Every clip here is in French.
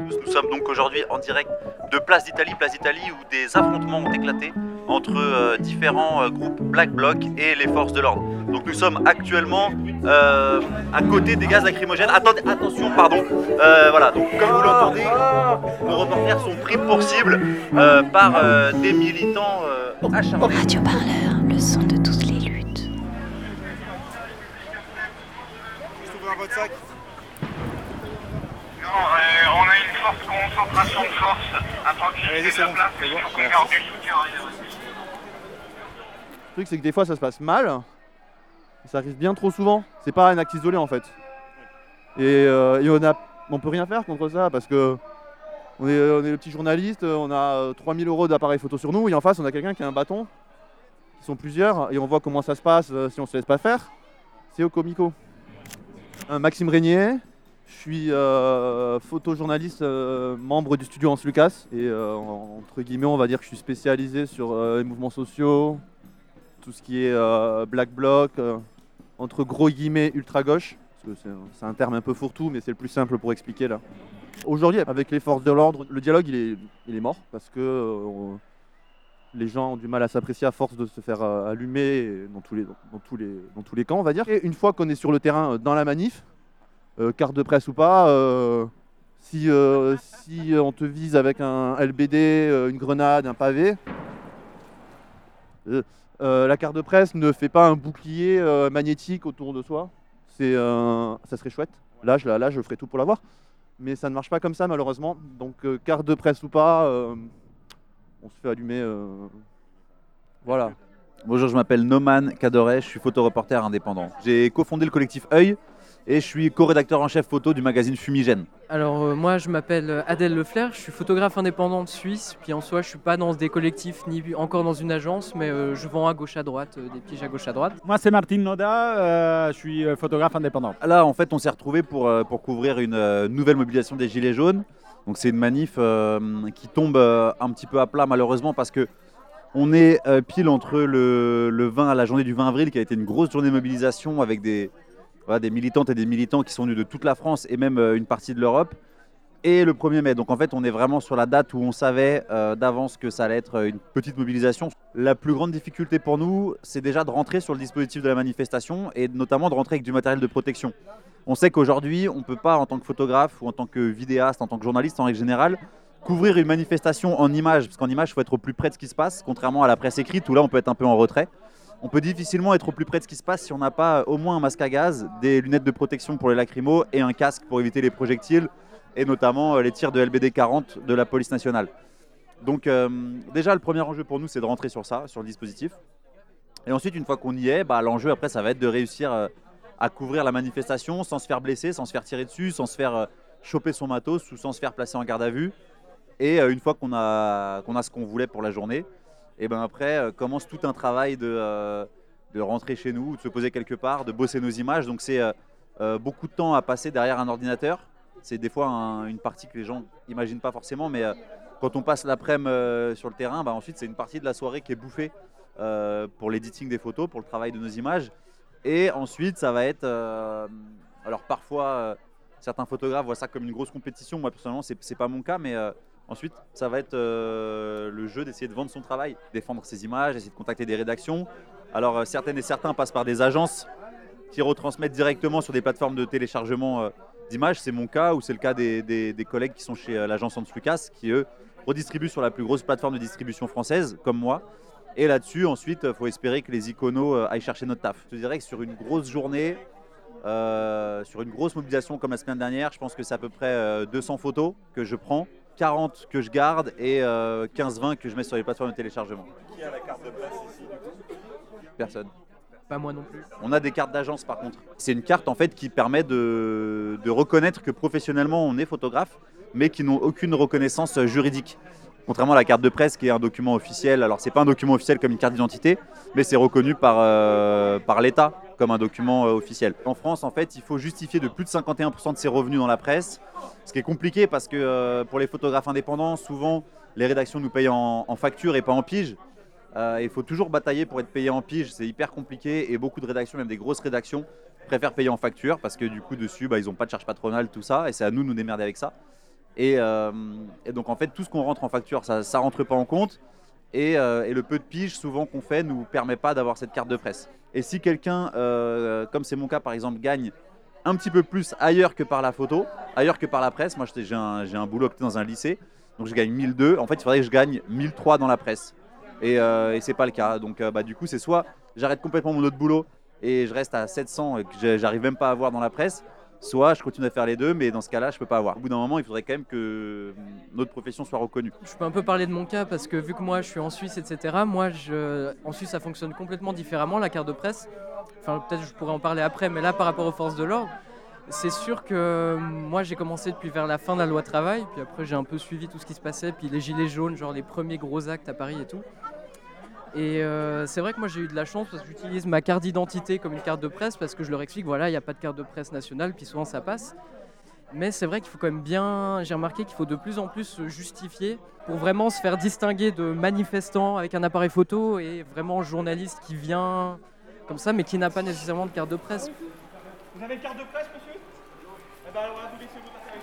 Nous sommes donc aujourd'hui en direct de Place d'Italie où des affrontements ont éclaté entre différents groupes Black Bloc et les forces de l'ordre. Donc nous sommes actuellement à côté des gaz lacrymogènes. Attendez, attention, pardon. Voilà, donc comme vous l'entendez, nos reporters sont pris pour cible par des militants acharnés. Radio Parleur, le son de toutes les luttes. Je t'ouvre un votre sac. Non, on a une forte concentration de force à proximité de la place, mais il faut qu'on garde du soutien. Le truc, c'est que des fois, ça se passe mal. Ça arrive bien trop souvent. C'est pas un acte isolé, en fait. Et on peut rien faire contre ça, parce que on est le petit journaliste, on a 3000 € d'appareil photo sur nous, et en face, on a quelqu'un qui a un bâton. Ils sont plusieurs, et on voit comment ça se passe si on se laisse pas faire. C'est au comico. Maxime Régnier. Je suis photojournaliste, membre du studio Hans Lucas, et entre guillemets on va dire que je suis spécialisé sur les mouvements sociaux, tout ce qui est black bloc, entre gros guillemets ultra gauche, parce que c'est un terme un peu fourre-tout mais c'est le plus simple pour expliquer là. Aujourd'hui avec les forces de l'ordre, le dialogue il est mort parce que les gens ont du mal à s'apprécier à force de se faire allumer dans tous les camps on va dire. Et une fois qu'on est sur le terrain dans la manif, carte de presse ou pas, si on te vise avec un LBD, une grenade, un pavé, la carte de presse ne fait pas un bouclier magnétique autour de soi. Ça serait chouette. Là, je ferai tout pour l'avoir. Mais ça ne marche pas comme ça malheureusement. Donc carte de presse ou pas, on se fait allumer. Voilà. Bonjour, je m'appelle Noman Cadoret, je suis photoreporter indépendant. J'ai cofondé le collectif Œil et je suis co-rédacteur en chef photo du magazine Fumigène. Alors moi je m'appelle Adèle Leflair, je suis photographe indépendante suisse, puis en soi je suis pas dans des collectifs ni encore dans une agence, mais je vends à gauche à droite, des pièges à gauche à droite. Moi c'est Martin Noda, je suis photographe indépendant. Là en fait on s'est retrouvés pour couvrir une nouvelle mobilisation des Gilets jaunes. Donc c'est une manif qui tombe un petit peu à plat malheureusement parce que on est pile entre le 20 à la journée du 20 avril qui a été une grosse journée de mobilisation avec des militantes et des militants qui sont venus de toute la France et même une partie de l'Europe, et le 1er mai. Donc en fait, on est vraiment sur la date où on savait d'avance que ça allait être une petite mobilisation. La plus grande difficulté pour nous, c'est déjà de rentrer sur le dispositif de la manifestation et notamment de rentrer avec du matériel de protection. On sait qu'aujourd'hui, on ne peut pas, en tant que photographe ou en tant que vidéaste, en tant que journaliste en règle générale, couvrir une manifestation en images, parce qu'en images, il faut être au plus près de ce qui se passe, contrairement à la presse écrite où là, on peut être un peu en retrait. On peut difficilement être au plus près de ce qui se passe si on n'a pas au moins un masque à gaz, des lunettes de protection pour les lacrymos et un casque pour éviter les projectiles et notamment les tirs de LBD 40 de la police nationale. Donc déjà le premier enjeu pour nous c'est de rentrer sur ça, sur le dispositif. Et ensuite une fois qu'on y est, l'enjeu après ça va être de réussir à couvrir la manifestation sans se faire blesser, sans se faire tirer dessus, sans se faire choper son matos ou sans se faire placer en garde à vue. Et une fois qu'on a ce qu'on voulait pour la journée, et après commence tout un travail de rentrer chez nous, de se poser quelque part, de bosser nos images. Donc c'est beaucoup de temps à passer derrière un ordinateur. C'est des fois une partie que les gens n'imaginent pas forcément, mais quand on passe l'après-midi sur le terrain, ensuite c'est une partie de la soirée qui est bouffée pour l'editing des photos, pour le travail de nos images. Et ensuite ça va être... alors parfois certains photographes voient ça comme une grosse compétition. Moi personnellement c'est pas mon cas, mais... Ensuite, ça va être le jeu d'essayer de vendre son travail, défendre ses images, essayer de contacter des rédactions. Alors, certaines et certains passent par des agences qui retransmettent directement sur des plateformes de téléchargement d'images. C'est mon cas ou c'est le cas des collègues qui sont chez l'agence Hans Lucas qui, eux, redistribuent sur la plus grosse plateforme de distribution française, comme moi. Et là-dessus, ensuite, il faut espérer que les iconos aillent chercher notre taf. Je te dirais que sur une grosse journée, sur une grosse mobilisation comme la semaine dernière, je pense que c'est à peu près 200 photos que je prends. 40 que je garde et 15-20 que je mets sur les plateformes de téléchargement. Qui a la carte de presse ici du coup ? Personne. Pas moi non plus. On a des cartes d'agence par contre. C'est une carte en fait qui permet de reconnaître que professionnellement on est photographe, mais qui n'ont aucune reconnaissance juridique. Contrairement à la carte de presse qui est un document officiel. Alors c'est pas un document officiel comme une carte d'identité, mais c'est reconnu par l'État comme un document officiel. En France, en fait, il faut justifier de plus de 51% de ses revenus dans la presse, ce qui est compliqué parce que pour les photographes indépendants, souvent les rédactions nous payent en facture et pas en pige. Il faut toujours batailler pour être payé en pige, c'est hyper compliqué et beaucoup de rédactions, même des grosses rédactions, préfèrent payer en facture parce que du coup dessus, ils n'ont pas de charge patronale, tout ça, et c'est à nous de nous démerder avec ça. Et donc en fait tout ce qu'on rentre en facture, ça rentre pas en compte. Et le peu de pige souvent qu'on fait nous permet pas d'avoir cette carte de presse. Et si quelqu'un, comme c'est mon cas par exemple, gagne un petit peu plus ailleurs que par la photo, ailleurs que par la presse, moi j'ai un boulot dans un lycée, donc je gagne 1002, en fait il faudrait que je gagne 1003 dans la presse. Et c'est pas le cas. Donc du coup c'est soit j'arrête complètement mon autre boulot et je reste à 700 et que j'arrive même pas à avoir dans la presse, soit je continue à faire les deux, mais dans ce cas-là, je peux pas avoir. Au bout d'un moment, il faudrait quand même que notre profession soit reconnue. Je peux un peu parler de mon cas parce que vu que moi je suis en Suisse, etc., en Suisse ça fonctionne complètement différemment, la carte de presse. Enfin, peut-être je pourrais en parler après, mais là par rapport aux forces de l'ordre, c'est sûr que moi j'ai commencé depuis vers la fin de la loi travail, puis après j'ai un peu suivi tout ce qui se passait, puis les gilets jaunes, genre les premiers gros actes à Paris et tout. Et c'est vrai que moi j'ai eu de la chance parce que j'utilise ma carte d'identité comme une carte de presse parce que je leur explique voilà, il n'y a pas de carte de presse nationale, puis souvent ça passe. Mais c'est vrai qu'il faut quand même bien, j'ai remarqué qu'il faut de plus en plus se justifier pour vraiment se faire distinguer de manifestants avec un appareil photo et vraiment journaliste qui vient comme ça mais qui n'a pas nécessairement de carte de presse. Vous avez une carte de presse, monsieur? Eh ben, on va vous laisser vous passer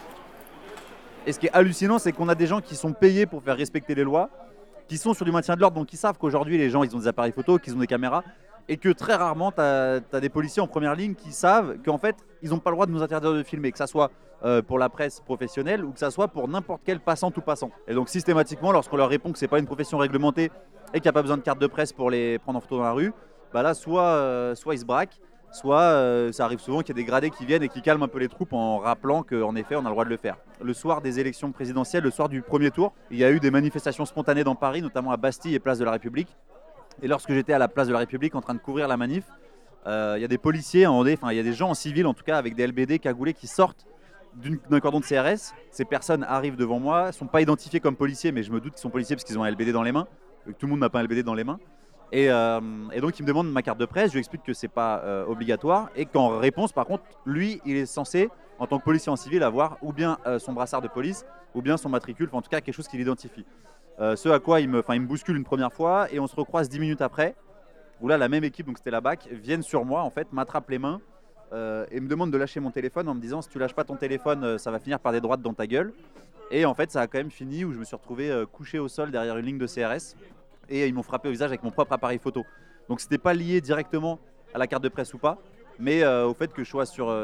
ici. Et ce qui est hallucinant, c'est qu'on a des gens qui sont payés pour faire respecter les lois, qui sont sur du maintien de l'ordre, donc qui savent qu'aujourd'hui les gens ils ont des appareils photo, qu'ils ont des caméras, et que très rarement tu as des policiers en première ligne qui savent qu'en fait ils n'ont pas le droit de nous interdire de filmer, que ça soit pour la presse professionnelle ou que ça soit pour n'importe quel passant ou passant. Et donc systématiquement, lorsqu'on leur répond que c'est pas une profession réglementée et qu'il n'y a pas besoin de carte de presse pour les prendre en photo dans la rue, bah là soit ils se braquent, soit ça arrive souvent qu'il y a des gradés qui viennent et qui calment un peu les troupes en rappelant qu'en effet on a le droit de le faire. Le soir des élections présidentielles, le soir du premier tour, il y a eu des manifestations spontanées dans Paris, notamment à Bastille et Place de la République. Et lorsque j'étais à la Place de la République en train de couvrir la manif, il y a des policiers, il y a des gens en civil en tout cas avec des LBD cagoulés qui sortent d'un cordon de CRS. Ces personnes arrivent devant moi, ne sont pas identifiées comme policiers, mais je me doute qu'ils sont policiers parce qu'ils ont un LBD dans les mains. Tout le monde n'a pas un LBD dans les mains. Et donc il me demande ma carte de presse, je lui explique que c'est pas obligatoire et qu'en réponse par contre, lui il est censé en tant que policier en civil avoir ou bien son brassard de police ou bien son matricule, en tout cas quelque chose qui l'identifie. Ce à quoi il me bouscule une première fois et on se recroise 10 minutes après où là la même équipe, donc c'était la BAC, viennent sur moi en fait, m'attrape les mains et me demande de lâcher mon téléphone en me disant si tu lâches pas ton téléphone ça va finir par des droites dans ta gueule. Et en fait ça a quand même fini où je me suis retrouvé couché au sol derrière une ligne de CRS et ils m'ont frappé au visage avec mon propre appareil photo. Donc c'était pas lié directement à la carte de presse ou pas, mais au fait que je sois sur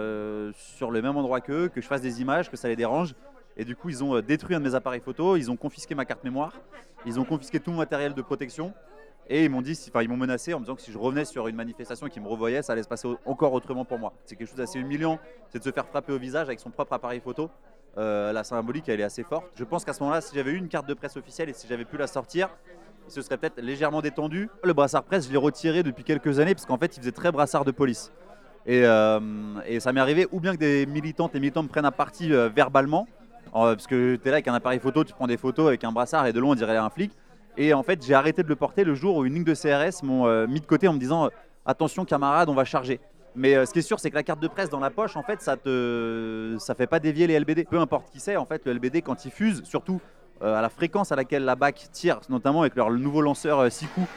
le même endroit qu'eux, que je fasse des images, que ça les dérange. Et du coup ils ont détruit un de mes appareils photo, ils ont confisqué ma carte mémoire, ils ont confisqué tout mon matériel de protection. Et ils m'ont menacé en me disant que si je revenais sur une manifestation et qu'ils me revoyaient, ça allait se passer encore autrement pour moi. C'est quelque chose d'assez humiliant, c'est de se faire frapper au visage avec son propre appareil photo. La symbolique, elle est assez forte. Je pense qu'à ce moment-là, si j'avais eu une carte de presse officielle et si j'avais pu la sortir, il se serait peut-être légèrement détendu. Le brassard presse, je l'ai retiré depuis quelques années parce qu'en fait, il faisait très brassard de police. Et ça m'est arrivé ou bien que des militantes et militants me prennent à partie verbalement, parce que tu es là avec un appareil photo, tu prends des photos avec un brassard et de loin on dirait un flic. Et en fait, j'ai arrêté de le porter le jour où une ligne de CRS m'ont mis de côté en me disant attention camarade, on va charger. Mais ce qui est sûr, c'est que la carte de presse dans la poche, en fait, ça fait pas dévier les LBD. Peu importe qui c'est, en fait, le LBD quand il fuse, surtout à la fréquence à laquelle la BAC tire, notamment avec leur nouveau lanceur 6 coups.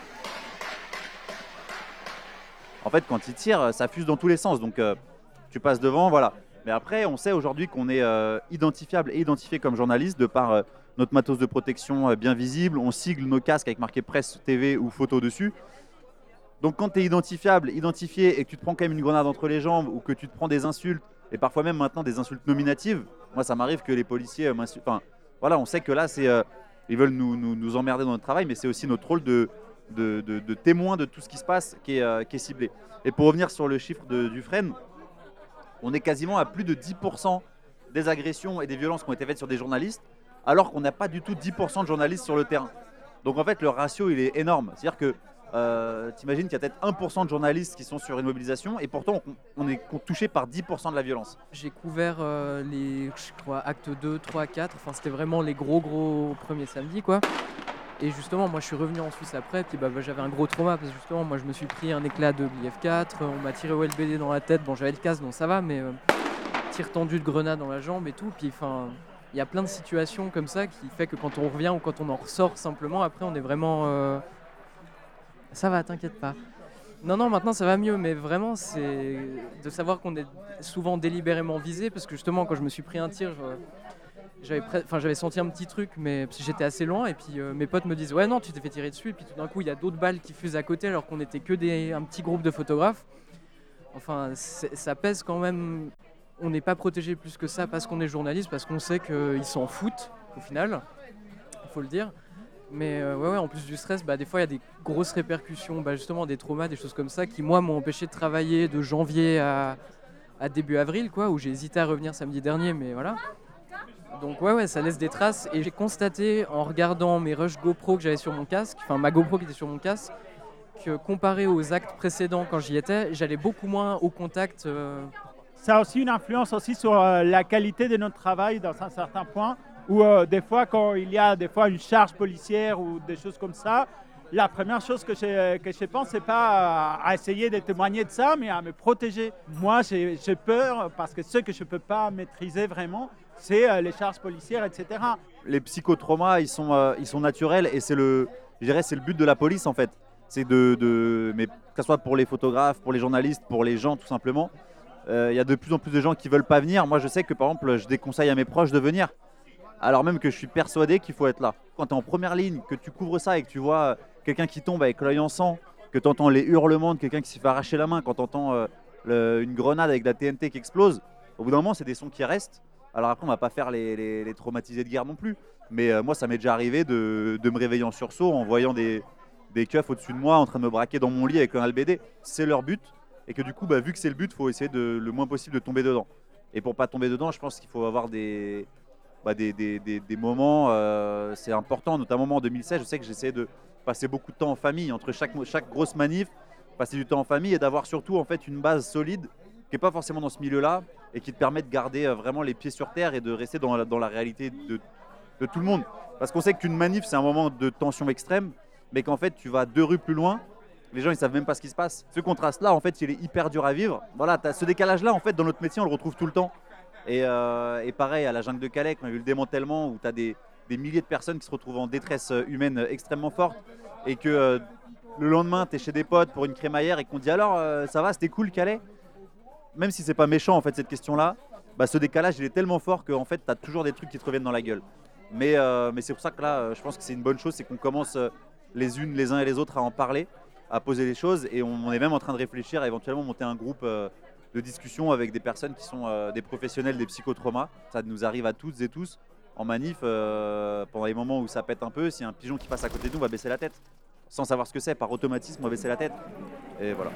En fait, quand ils tirent, ça fuse dans tous les sens. Donc tu passes devant, voilà. Mais après, on sait aujourd'hui qu'on est identifiable et identifié comme journaliste de par notre matos de protection bien visible. On sigle nos casques avec marqué presse, TV ou photo dessus. Donc quand tu es identifiable, identifié et que tu te prends quand même une grenade entre les jambes ou que tu te prends des insultes, et parfois même maintenant des insultes nominatives, moi ça m'arrive que les policiers m'insultent. Enfin, voilà, on sait que là, ils veulent nous emmerder dans notre travail, mais c'est aussi notre rôle de témoin de tout ce qui se passe qui est ciblé. Et pour revenir sur le chiffre du Dufresne, on est quasiment à plus de 10% des agressions et des violences qui ont été faites sur des journalistes, alors qu'on n'a pas du tout 10% de journalistes sur le terrain. Donc en fait, le ratio, il est énorme. C'est-à-dire que t'imagines qu'il y a peut-être 1% de journalistes qui sont sur une mobilisation et pourtant on est touché par 10% de la violence. J'ai couvert les, je crois, actes 2, 3, 4, enfin c'était vraiment les gros premiers samedis quoi. Et justement moi je suis revenu en Suisse après, puis j'avais un gros trauma parce que justement moi je me suis pris un éclat de BF4, on m'a tiré au LBD dans la tête, bon j'avais le casque donc ça va, mais tir tendu de grenade dans la jambe et tout, puis enfin il y a plein de situations comme ça qui fait que quand on revient ou quand on en ressort simplement, après on est vraiment... Ça va, t'inquiète pas. Non, maintenant ça va mieux, mais vraiment c'est de savoir qu'on est souvent délibérément visé, parce que justement quand je me suis pris un tir, j'avais senti un petit truc, mais parce que j'étais assez loin, et puis mes potes me disent ouais non, tu t'es fait tirer dessus, et puis tout d'un coup il y a d'autres balles qui fusent à côté alors qu'on était que un petit groupe de photographes. Enfin, ça pèse quand même. On n'est pas protégé plus que ça parce qu'on est journaliste, parce qu'on sait qu'ils s'en foutent au final, il faut le dire. Mais ouais, en plus du stress, des fois il y a des grosses répercussions, justement des traumas, des choses comme ça qui moi m'ont empêché de travailler de janvier à début avril, quoi, où j'ai hésité à revenir samedi dernier, mais voilà. Donc ouais, ça laisse des traces, et j'ai constaté en regardant mes rushs GoPro que j'avais sur mon casque, enfin ma GoPro qui était sur mon casque, que comparé aux actes précédents quand j'y étais, j'allais beaucoup moins au contact. Ça a aussi une influence aussi sur la qualité de notre travail dans un certain point, où des fois quand il y a une charge policière ou des choses comme ça, la première chose que je pense, c'est pas à essayer de témoigner de ça, mais à me protéger. Moi, j'ai peur parce que ce que je peux pas maîtriser vraiment, c'est les charges policières, etc. Les psychotraumas, ils sont naturels, et je dirais, c'est le but de la police en fait. C'est mais que ce soit pour les photographes, pour les journalistes, pour les gens tout simplement. Il y a de plus en plus de gens qui veulent pas venir. Moi, je sais que par exemple, je déconseille à mes proches de venir, alors même que je suis persuadé qu'il faut être là. Quand tu es en première ligne, que tu couvres ça et que tu vois quelqu'un qui tombe avec l'œil en sang, que tu entends les hurlements de quelqu'un qui s'est fait arracher la main, quand tu entends une grenade avec de la TNT qui explose, au bout d'un moment, c'est des sons qui restent. Alors après, on va pas faire les traumatisés de guerre non plus. Mais moi, ça m'est déjà arrivé de me réveiller en sursaut en voyant des keufs au-dessus de moi en train de me braquer dans mon lit avec un LBD. C'est leur but. Et que du coup, vu que c'est le but, il faut essayer le moins possible de tomber dedans. Et pour pas tomber dedans, je pense qu'il faut avoir des moments, c'est important, notamment en 2016, je sais que j'essayais de passer beaucoup de temps en famille, entre chaque grosse manif, passer du temps en famille et d'avoir surtout en fait une base solide qui n'est pas forcément dans ce milieu-là et qui te permet de garder vraiment les pieds sur terre et de rester dans la réalité de tout le monde. Parce qu'on sait qu'une manif, c'est un moment de tension extrême, mais qu'en fait, tu vas 2 rues plus loin, les gens ils savent même pas ce qui se passe. Ce contraste-là, en fait, il est hyper dur à vivre. Voilà, ce décalage-là, en fait, dans notre métier, on le retrouve tout le temps. Et pareil, à la jungle de Calais, quand il y a eu le démantèlement, où tu as des milliers de personnes qui se retrouvent en détresse humaine extrêmement forte, et que le lendemain, tu es chez des potes pour une crémaillère et qu'on te dit alors, ça va, c'était cool Calais. Même si c'est pas méchant, en fait, cette question-là, ce décalage, il est tellement fort qu'en fait, tu as toujours des trucs qui te reviennent dans la gueule. Mais c'est pour ça que là, je pense que c'est une bonne chose, c'est qu'on commence les uns et les autres à en parler, à poser les choses, et on est même en train de réfléchir à éventuellement monter un groupe de discussion avec des personnes qui sont des professionnels des psychotraumas. Ça nous arrive à toutes et tous en manif, pendant les moments où ça pète un peu, s'il y a un pigeon qui passe à côté de nous, on va baisser la tête. Sans savoir ce que c'est, par automatisme, on va baisser la tête. Et voilà.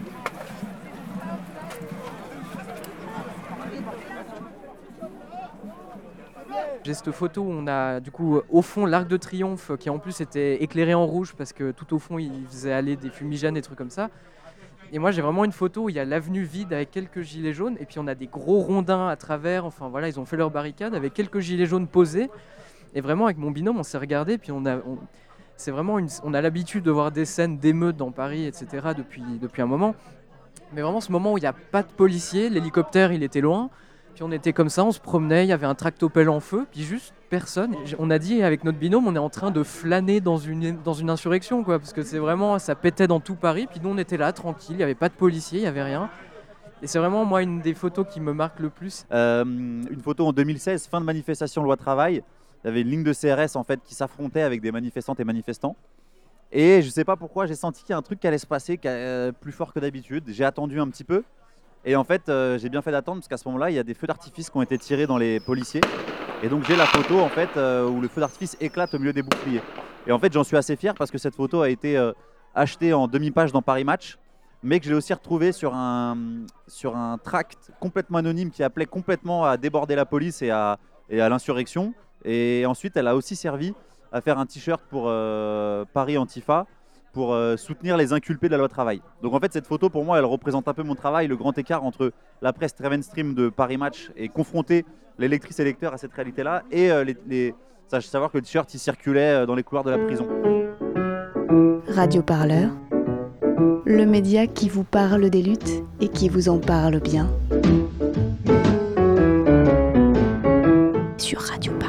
J'ai cette photo où on a du coup au fond l'Arc de Triomphe qui en plus était éclairé en rouge parce que tout au fond il faisait aller des fumigènes et trucs comme ça. Et moi j'ai vraiment une photo où il y a l'avenue vide avec quelques gilets jaunes et puis on a des gros rondins à travers, enfin voilà, ils ont fait leur barricade avec quelques gilets jaunes posés. Et vraiment avec mon binôme on s'est regardé, puis on a l'habitude de voir des scènes d'émeutes dans Paris, etc. depuis un moment. Mais vraiment ce moment où il n'y a pas de policiers, l'hélicoptère il était loin. Puis on était comme ça, on se promenait, il y avait un tractopelle en feu, puis juste personne. On a dit avec notre binôme, on est en train de flâner dans une insurrection, quoi, parce que c'est vraiment, ça pétait dans tout Paris, puis nous on était là, tranquille, il n'y avait pas de policiers, il n'y avait rien. Et c'est vraiment, moi, une des photos qui me marque le plus. Une photo en 2016, fin de manifestation loi travail. Il y avait une ligne de CRS en fait, qui s'affrontait avec des manifestantes et manifestants. Et je ne sais pas pourquoi, j'ai senti qu'il y a un truc qui allait se passer plus fort que d'habitude. J'ai attendu un petit peu. Et en fait, j'ai bien fait d'attendre parce qu'à ce moment-là, il y a des feux d'artifice qui ont été tirés dans les policiers. Et donc j'ai la photo en fait où le feu d'artifice éclate au milieu des boucliers. Et en fait, j'en suis assez fier parce que cette photo a été achetée en demi-page dans Paris Match, mais que je l'ai aussi retrouvée sur un tract complètement anonyme qui appelait complètement à déborder la police et à l'insurrection. Et ensuite, elle a aussi servi à faire un t-shirt pour Paris Antifa, pour soutenir les inculpés de la loi travail. Donc en fait, cette photo, pour moi, elle représente un peu mon travail, le grand écart entre la presse très mainstream de Paris Match et confronter les lectrices et lecteurs à cette réalité-là, et savoir que le t-shirt, il circulait dans les couloirs de la prison. Radio Parleur, le média qui vous parle des luttes et qui vous en parle bien. Sur Radio